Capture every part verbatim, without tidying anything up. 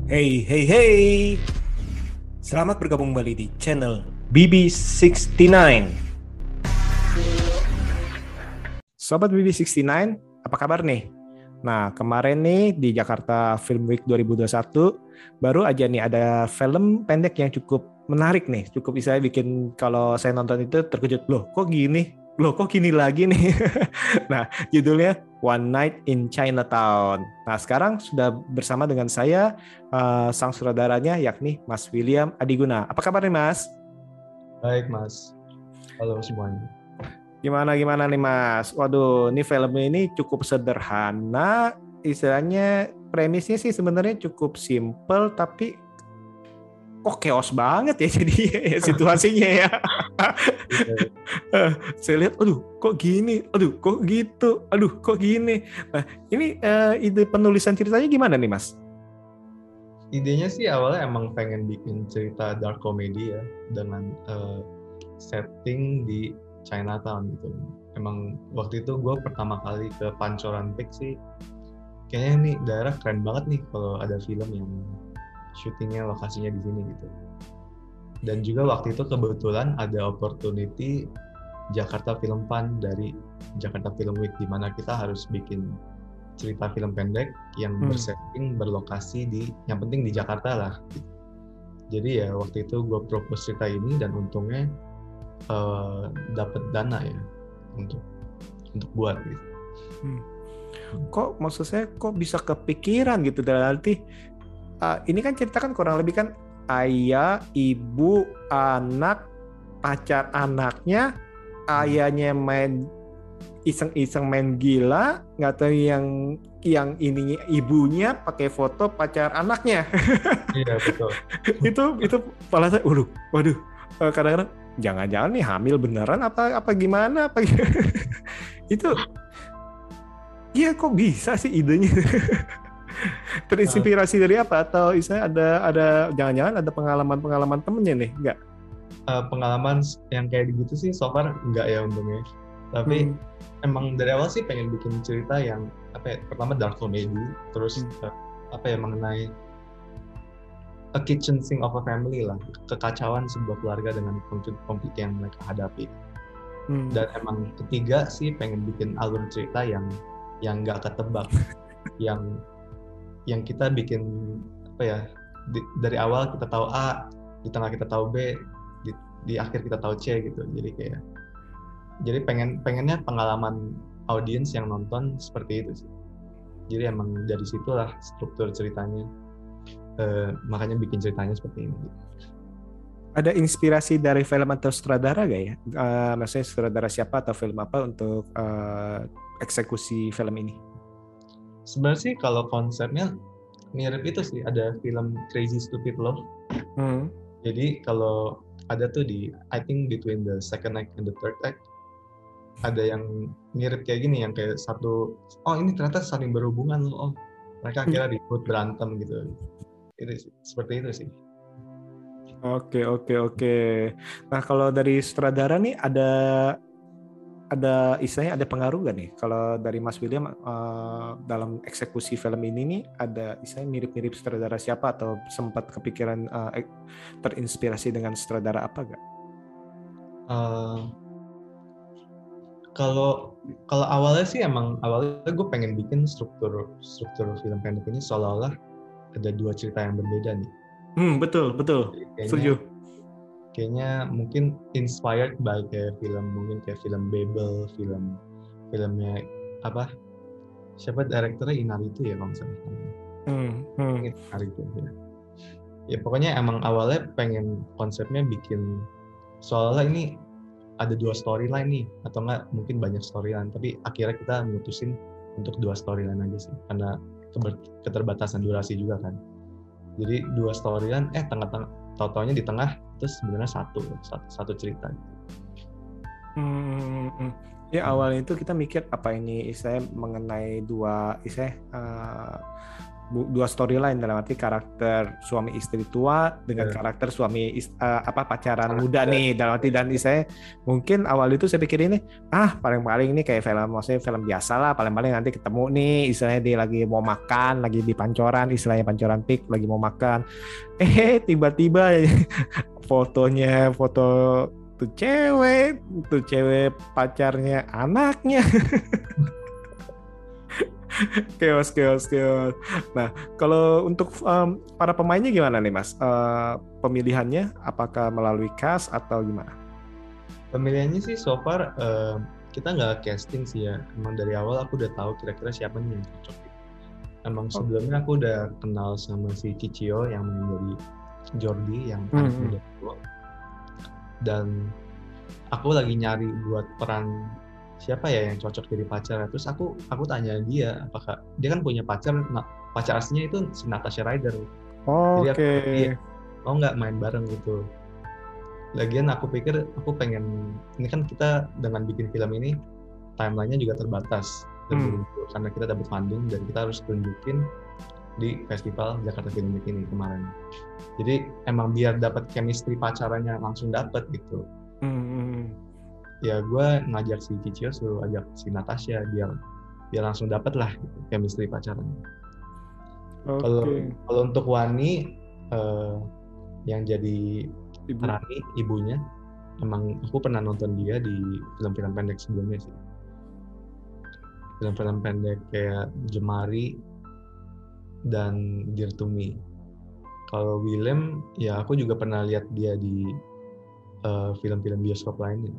Hey, hey, hey. Selamat bergabung kembali di channel B B enam puluh sembilan. Sobat B B enam puluh sembilan, apa kabar nih? Nah, kemarin nih di Jakarta Film Week dua ribu dua puluh satu baru aja nih ada film pendek yang cukup menarik nih. Cukup bisa bikin kalau saya nonton itu terkejut. Loh, kok gini? Loh, kok gini lagi nih? Nah, judulnya One Night in Chinatown. Nah, sekarang sudah bersama dengan saya uh, sang sutradaranya yakni Mas William Adiguna. Apa kabar nih, Mas? Baik, Mas. Halo semuanya. Gimana gimana nih, Mas? Waduh, ini film ini cukup sederhana, istilahnya premisnya sih sebenarnya cukup simple, tapi kok chaos banget ya jadi situasinya ya. Saya lihat, aduh kok gini, aduh kok gitu, aduh kok gini. Nah, ini uh, ide penulisan ceritanya gimana nih, Mas? Idenya sih awalnya emang pengen bikin cerita dark comedy ya, dengan uh, setting di Chinatown gitu. Emang waktu itu gue pertama kali ke Pancoran Peak sih, kayaknya nih daerah keren banget nih kalau ada film yang syutingnya lokasinya di sini gitu. Dan juga waktu itu kebetulan ada opportunity Jakarta Film Fund dari Jakarta Film Week, di mana kita harus bikin cerita film pendek yang hmm. bersetting berlokasi di, yang penting di Jakarta lah. Jadi ya waktu itu gue propose cerita ini dan untungnya uh, dapat dana ya untuk untuk buat gitu. Hmm. Kok maksud saya kok bisa kepikiran gitu dalam arti uh, ini kan cerita kan kurang lebih kan ayah, ibu, anak, pacar anaknya, ayahnya main iseng-iseng main gila, nggak tahu yang yang ininya ibunya pakai foto pacar anaknya. Iya betul. itu itu malah saya, waduh, waduh, kadang-kadang jangan-jangan nih hamil beneran apa apa gimana apa itu, iya kok bisa sih idenya. Terinspirasi uh, dari apa atau misalnya ada ada jangan-jangan ada pengalaman-pengalaman temennya nih, nggak? Uh, pengalaman yang kayak gitu sih so far nggak ya untungnya. Tapi hmm. emang dari awal sih pengen bikin cerita yang apa ya, pertama dark comedy, terus hmm. uh, apa ya mengenai a kitchen sink of a family lah, kekacauan sebuah keluarga dengan konflik-konflik yang mereka hadapi. Hmm. Dan emang ketiga sih pengen bikin alur cerita yang yang nggak ketebak, yang yang kita bikin apa ya di, dari awal kita tahu A, di tengah kita tahu B, di, di akhir kita tahu C gitu. Jadi kayak jadi pengen pengennya pengalaman audiens yang nonton seperti itu sih. Jadi emang dari situlah struktur ceritanya, uh, makanya bikin ceritanya seperti ini. Ada inspirasi dari film atau sutradara gak ya? Uh, maksudnya sutradara siapa atau film apa untuk uh, eksekusi film ini? Sebenarnya sih kalau konsepnya mirip itu sih, ada film Crazy Stupid Love. Hmm. Jadi kalau ada tuh di I think between the second act and the third act ada yang mirip kayak gini, yang kayak satu, oh ini ternyata saling berhubungan loh, oh mereka akhirnya ribut berantem gitu. Itu seperti itu sih. Oke oke oke. Nah kalau dari sutradara nih ada ada istilahnya ada pengaruh gak nih kalau dari Mas William uh, dalam eksekusi film ini nih ada istilahnya mirip-mirip sutradara siapa atau sempat kepikiran uh, terinspirasi dengan sutradara apa gak? Uh, Kalau kalau awalnya sih emang awalnya gue pengen bikin struktur struktur film pendek ini seolah-olah ada dua cerita yang berbeda nih. Hmm betul betul. Kayaknya, setuju. Kayaknya mungkin inspired by kayak film mungkin kayak film Babel, film filmnya apa? Siapa direkturnya Inaritu ya kalau misalnya. Hmm. hmm. Inaritu ya. Ya pokoknya emang awalnya pengen konsepnya bikin seolah-olah ini ada dua storyline nih, atau enggak mungkin banyak storyline, tapi akhirnya kita mutusin untuk dua storyline aja sih, karena keterbatasan durasi juga kan. Jadi dua storyline, eh tengah-tengah, tau-taunya di tengah, terus sebenarnya satu, satu, satu cerita. Hmm, ya awalnya itu kita mikir apa ini, istilahnya mengenai dua, istilahnya uh, dua storyline dalam arti karakter suami istri tua dengan Yeah. karakter suami is- uh, apa pacaran Anak muda muda. nih dalam arti dan saya mungkin awal itu saya pikir ini ah paling-paling ini kayak film maksudnya film biasa lah paling-paling nanti ketemu nih istilahnya dia lagi mau makan lagi di pancoran istilahnya pancoran pik lagi mau makan eh tiba-tiba fotonya foto tuh cewek tuh cewek pacarnya anaknya chaos chaos chaos. Nah kalau untuk um, para pemainnya gimana nih mas? Uh, pemilihannya apakah melalui cast atau gimana? Pemilihannya sih so far uh, kita nggak casting sih ya. Emang dari awal aku udah tahu kira-kira siapa nih yang cocok. Emang Oh. sebelumnya aku udah kenal sama si Cicio yang menjadi Jordi yang Hmm, anak hmm. muda tua. Dan aku lagi nyari buat peran siapa ya yang cocok jadi pacar. Terus aku aku tanya dia apakah dia kan punya pacar, nah, pacar aslinya itu si Natasha Ryder. Jadi aku Oke. dia mau nggak main bareng gitu. Lagian aku pikir aku pengen ini kan kita dengan bikin film ini timelinenya juga terbatas Hmm. karena kita dapat funding dan kita harus tunjukin di festival Jakarta Film Week ini kemarin. Jadi emang biar dapat chemistry pacarannya langsung dapat gitu. Hmm. Ya gue ngajak si Cicio suruh ajak si Natasha biar biar langsung dapat lah gitu, chemistry pacarannya. Oke. Kalau kalau untuk Wani uh, yang jadi Ibu. Rani ibunya, emang aku pernah nonton dia di film-film pendek sebelumnya sih. Film-film pendek kayak Jemari dan Dear to Me. Kalau Willem, ya aku juga pernah lihat dia di uh, film-film bioskop lainnya.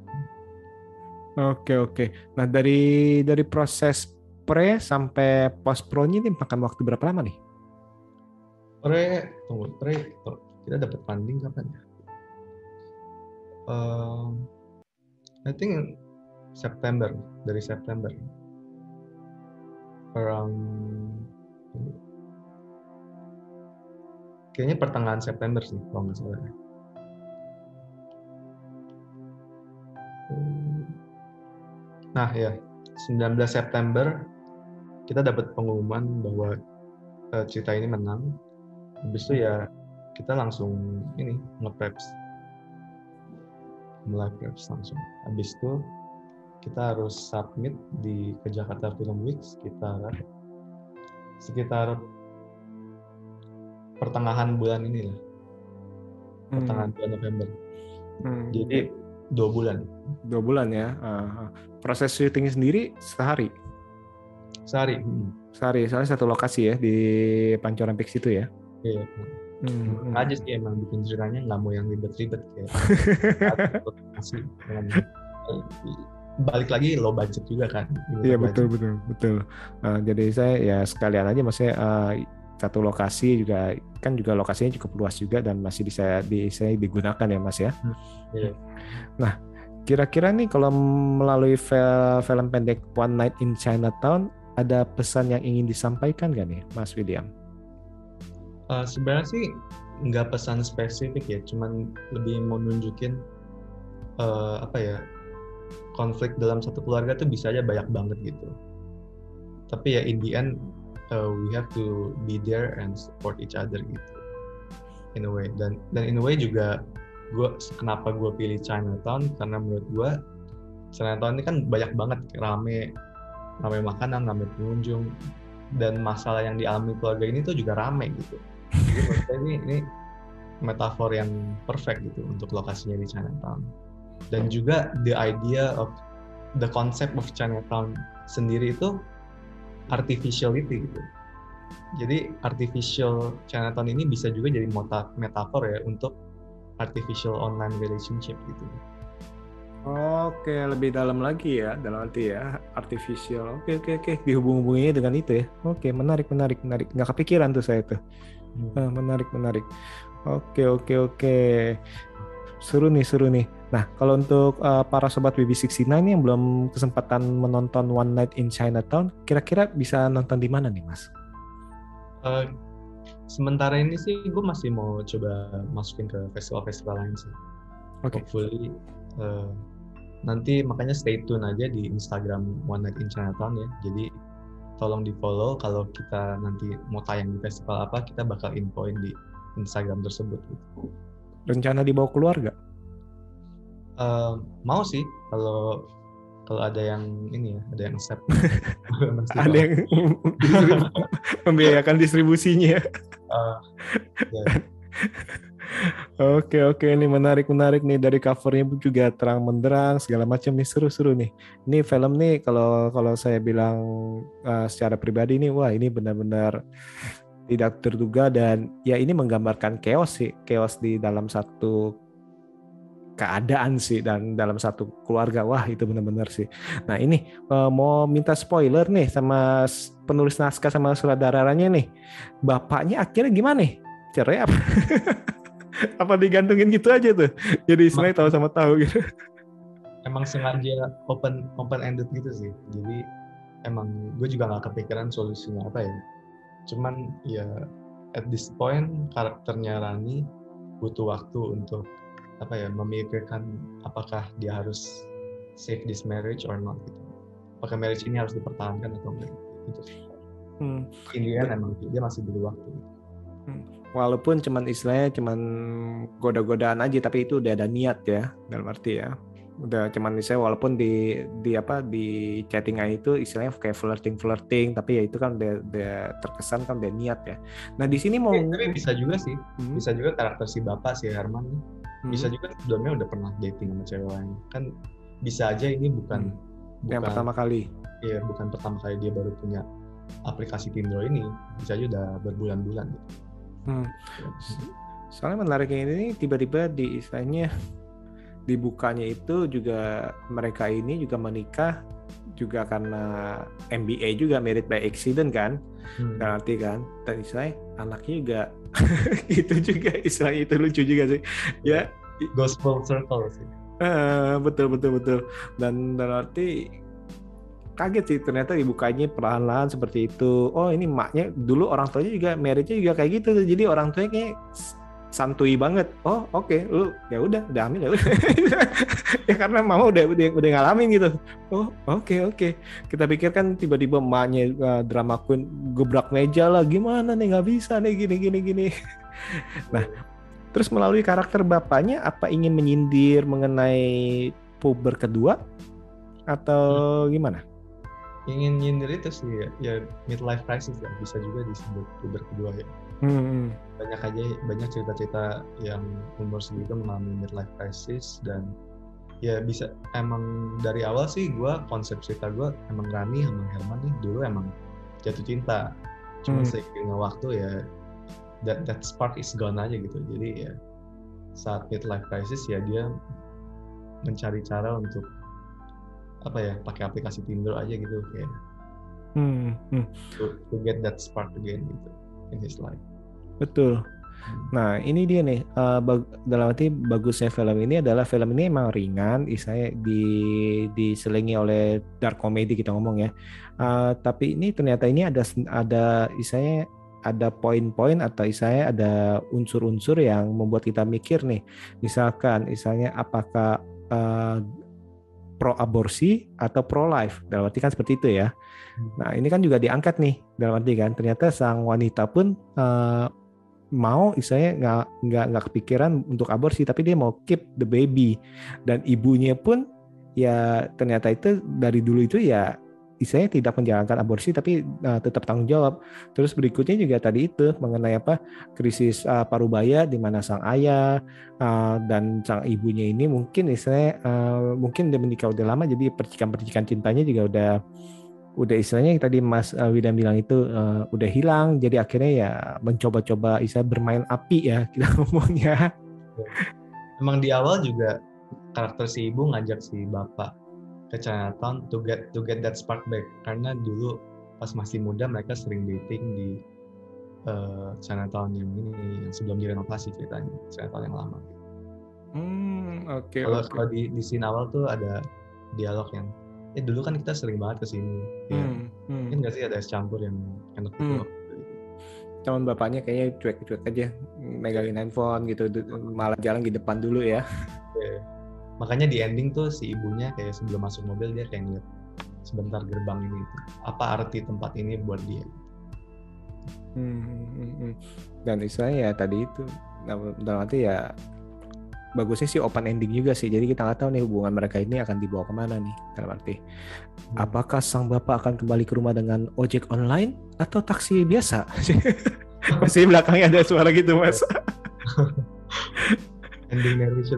Oke oke. Nah dari dari proses pre sampai post pro-nya ini makan waktu berapa lama nih? Pre, tunggu, pre, oh, kita dapat funding kapan ya? Uh, I think September, dari September. Around, kayaknya pertengahan September sih, kalau nggak salah. Nah ya, sembilan belas September kita dapat pengumuman bahwa uh, cerita ini menang. Habis itu ya kita langsung ini nge-preps, mulai preps langsung. Habis itu kita harus submit di ke Jakarta Film Week sekitar sekitar pertengahan bulan ini lah, pertengahan Hmm. bulan November. Hmm. Jadi dua bulan. Dua bulan ya. Uh, proses syutingnya sendiri sehari. Sehari. Hmm. Sehari, soalnya satu lokasi ya di Pancoran Pix itu ya. Iya. Hmm. Hmm. Aja sih emang bikin ceritanya nggak mau yang ribet-ribet kayak. Masih balik lagi low budget juga kan. Iya betul betul betul. Uh, jadi saya ya sekalian aja maksudnya uh, satu lokasi juga kan juga lokasinya cukup luas juga dan masih bisa bisa digunakan ya mas ya. Hmm. Iya. Nah kira-kira nih kalau melalui film pendek One Night in Chinatown ada pesan yang ingin disampaikan gak nih Mas William? Uh, sebenarnya sih nggak pesan spesifik ya, cuman lebih mau nunjukin uh, apa ya, konflik dalam satu keluarga tuh bisa aja banyak banget gitu. Tapi ya in the end uh, we have to be there and support each other gitu, in a way. Dan dan in a way juga gue kenapa gue pilih Chinatown karena menurut gue Chinatown ini kan banyak banget rame, rame makanan, rame pengunjung, dan masalah yang dialami keluarga ini tuh juga rame gitu. Jadi menurut saya ini, ini metafor yang perfect gitu untuk lokasinya di Chinatown. Dan juga the idea of the concept of Chinatown sendiri itu artificiality gitu. Jadi artificial Chinatown ini bisa juga jadi metafor ya untuk artificial online relationship gitu. Oke, lebih dalam lagi ya, dalam arti ya, artificial. Oke, oke, oke, dihubung-hubunginya dengan itu ya. Oke, menarik, menarik, menarik. Nggak kepikiran tuh saya tuh. Hmm. Ah, menarik, menarik. Oke, oke, oke. Seru nih, seru nih. Nah, kalau untuk uh, para sobat B B enam puluh sembilan yang belum kesempatan menonton One Night in Chinatown, kira-kira bisa nonton di mana nih, Mas? Uh, sementara ini sih gue masih mau coba masukin ke festival-festival lain sih. Oke. Okay. Hopefully uh, nanti makanya stay tune aja di Instagram One Night in Chinatown ya. Jadi tolong di follow, kalau kita nanti mau tayang di festival apa kita bakal infoin di Instagram tersebut gitu. Rencana dibawa keluarga? Uh, mau sih kalau kalau ada yang ini ya, ada yang accept. Ada yang membiayakan distribusinya. Uh, yeah. Oke oke, ini menarik menarik nih, dari covernya juga terang benderang segala macam nih, seru-seru nih. Ini film nih kalau kalau saya bilang uh, secara pribadi nih, wah ini benar-benar tidak terduga, dan ya ini menggambarkan chaos sih, chaos di dalam satu keadaan sih, dan dalam satu keluarga. Wah itu benar-benar sih. Nah ini uh, mau minta spoiler nih sama penulis naskah sama sutradaranya nih, bapaknya akhirnya gimana nih, cerai apa? Apa digantungin gitu aja tuh, jadi istilahnya tahu sama tahu gitu. Emang sengaja open open ended gitu sih, jadi emang gue juga nggak kepikiran solusinya apa ya, cuman ya at this point karakternya Rani butuh waktu untuk apa ya, memikirkan apakah dia harus save this marriage or not gitu, apakah marriage ini harus dipertahankan atau enggak gitu. Hmm. Ini kan emang dia masih butuh waktu. Hmm. Walaupun cuman istilahnya cuman goda-godaan aja, tapi itu udah ada niat ya, dalam arti ya udah cuman misalnya walaupun di di apa di chattingan itu istilahnya kayak flirting flirting, tapi ya itu kan udah, udah terkesan kan udah niat ya. Nah di sini mau tapi, tapi bisa juga sih, hmm. bisa juga karakter si bapak si Herman hmm. bisa juga sebelumnya udah pernah dating sama cewek lain kan, bisa aja ini bukan hmm. yang bukan, pertama kali. Iya bukan pertama kali dia baru punya aplikasi Tinder ini, bisa aja udah berbulan-bulan gitu. Hmm. Soalnya menariknya ini tiba-tiba di istilahnya dibukanya itu juga mereka ini juga menikah juga karena M B A juga, married by accident kan, hmm. berarti kan, dan istilahnya anaknya juga itu juga istilahnya itu lucu juga sih ya, goes full circle sih. Uh, betul betul betul, dan berarti kaget sih ternyata dibukanya perlahan-lahan seperti itu. Oh ini emaknya dulu orang tuanya juga marriage-nya juga kayak gitu, jadi orang tuanya kayak santuy banget. Oh oke, okay. Lu ya udah udah hamil ya udah. Ya karena mama udah udah udah ngalamin gitu. Oh oke okay, oke. Okay. Kita pikir kan tiba-tiba emaknya uh, drama queen gebrak meja lah, gimana nih nggak bisa nih gini gini gini. Nah terus melalui karakter bapaknya apa ingin menyindir mengenai puber kedua atau gimana? Ingin nyindir itu sih ya, ya midlife crisis ya, bisa juga disebut puber kedua ya. Hmm. Banyak aja banyak cerita-cerita yang umur segitu mengalami midlife crisis, dan ya bisa emang dari awal sih gue konsep cerita gue emang Rani sama Herman nih dulu emang jatuh cinta, cuma hmm. seiring waktu ya that that spark is gone aja gitu. Jadi ya saat midlife crisis ya dia mencari cara untuk apa ya, pakai aplikasi Tinder aja gitu kayak hmm, hmm. To, to get that spark again gitu in his life. Betul. Nah ini dia nih uh, bag, dalam arti bagusnya film ini adalah film ini emang ringan, istilahnya di diselingi oleh dark comedy kita ngomong ya. Uh, tapi ini ternyata ini ada ada istilahnya ada poin-poin atau istilahnya ada unsur-unsur yang membuat kita mikir nih. Misalkan istilahnya apakah uh, pro aborsi atau pro life, dalam arti kan seperti itu ya. Nah ini kan juga diangkat nih, dalam arti kan ternyata sang wanita pun uh, mau istilahnya nggak nggak nggak kepikiran untuk aborsi, tapi dia mau keep the baby, dan ibunya pun ya ternyata itu dari dulu itu ya istilahnya tidak menjalankan aborsi tapi uh, tetap tanggung jawab. Terus berikutnya juga tadi itu mengenai apa krisis uh, parubaya di mana sang ayah uh, dan sang ibunya ini mungkin istilahnya uh, mungkin dia menikah udah lama, jadi percikan-percikan cintanya juga udah udah istilahnya yang tadi Mas uh, William bilang itu uh, udah hilang, jadi akhirnya ya mencoba-coba istilah bermain api ya kita ngomongnya. Emang di awal juga karakter si ibu ngajak si bapak ke Chinatown to get to get that spark back, karena dulu pas masih muda mereka sering dating di uh, Chinatown yang ini yang sebelum direnovasi ceritanya, Chinatown yang lama. Hmm, oke. Okay, kalau okay. kalau di di scene awal tuh ada dialog yang eh dulu kan kita sering banget kesini, ya, hmm, hmm. mungkin nggak sih ada es campur yang enak gitu. Hmm. Cuman bapaknya kayaknya cuek-cuek aja, megangin handphone gitu, malah jalan di depan dulu ya. Yeah. Makanya di ending tuh si ibunya kayak sebelum masuk mobil dia kayak ngeliat sebentar gerbang ini, apa arti tempat ini buat dia. Hmm, hmm, hmm. Dan istilahnya ya tadi itu, dalam arti ya bagusnya sih open ending juga sih. Jadi kita nggak tahu nih hubungan mereka ini akan dibawa kemana nih. Dalam arti, hmm. apakah sang bapak akan kembali ke rumah dengan ojek online atau taksi biasa? Masih belakangnya ada suara gitu mas. Ending narration.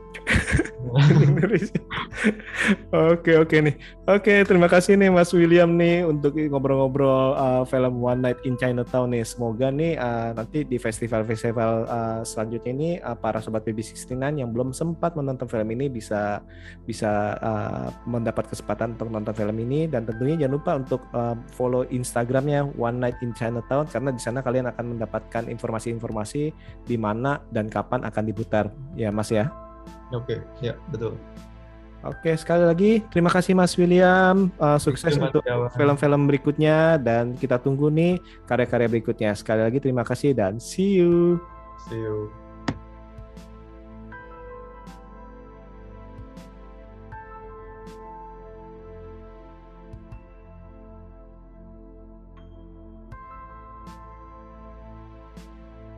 Oke oke nih. Oke, terima kasih nih Mas William nih untuk ngobrol-ngobrol uh, film One Night in Chinatown nih. Semoga nih uh, nanti di festival-festival uh, selanjutnya ini uh, para sobat B B enam puluh sembilan yang belum sempat menonton film ini bisa bisa uh, mendapat kesempatan untuk nonton film ini, dan tentunya jangan lupa untuk uh, follow Instagramnya One Night in Chinatown karena di sana kalian akan mendapatkan informasi-informasi di mana dan kapan akan diputar ya Mas ya. Oke, ya betul. Oke, sekali lagi terima kasih Mas William, uh, sukses Terima untuk kasih. film-film berikutnya dan kita tunggu nih karya-karya berikutnya. Sekali lagi terima kasih dan see you. See you.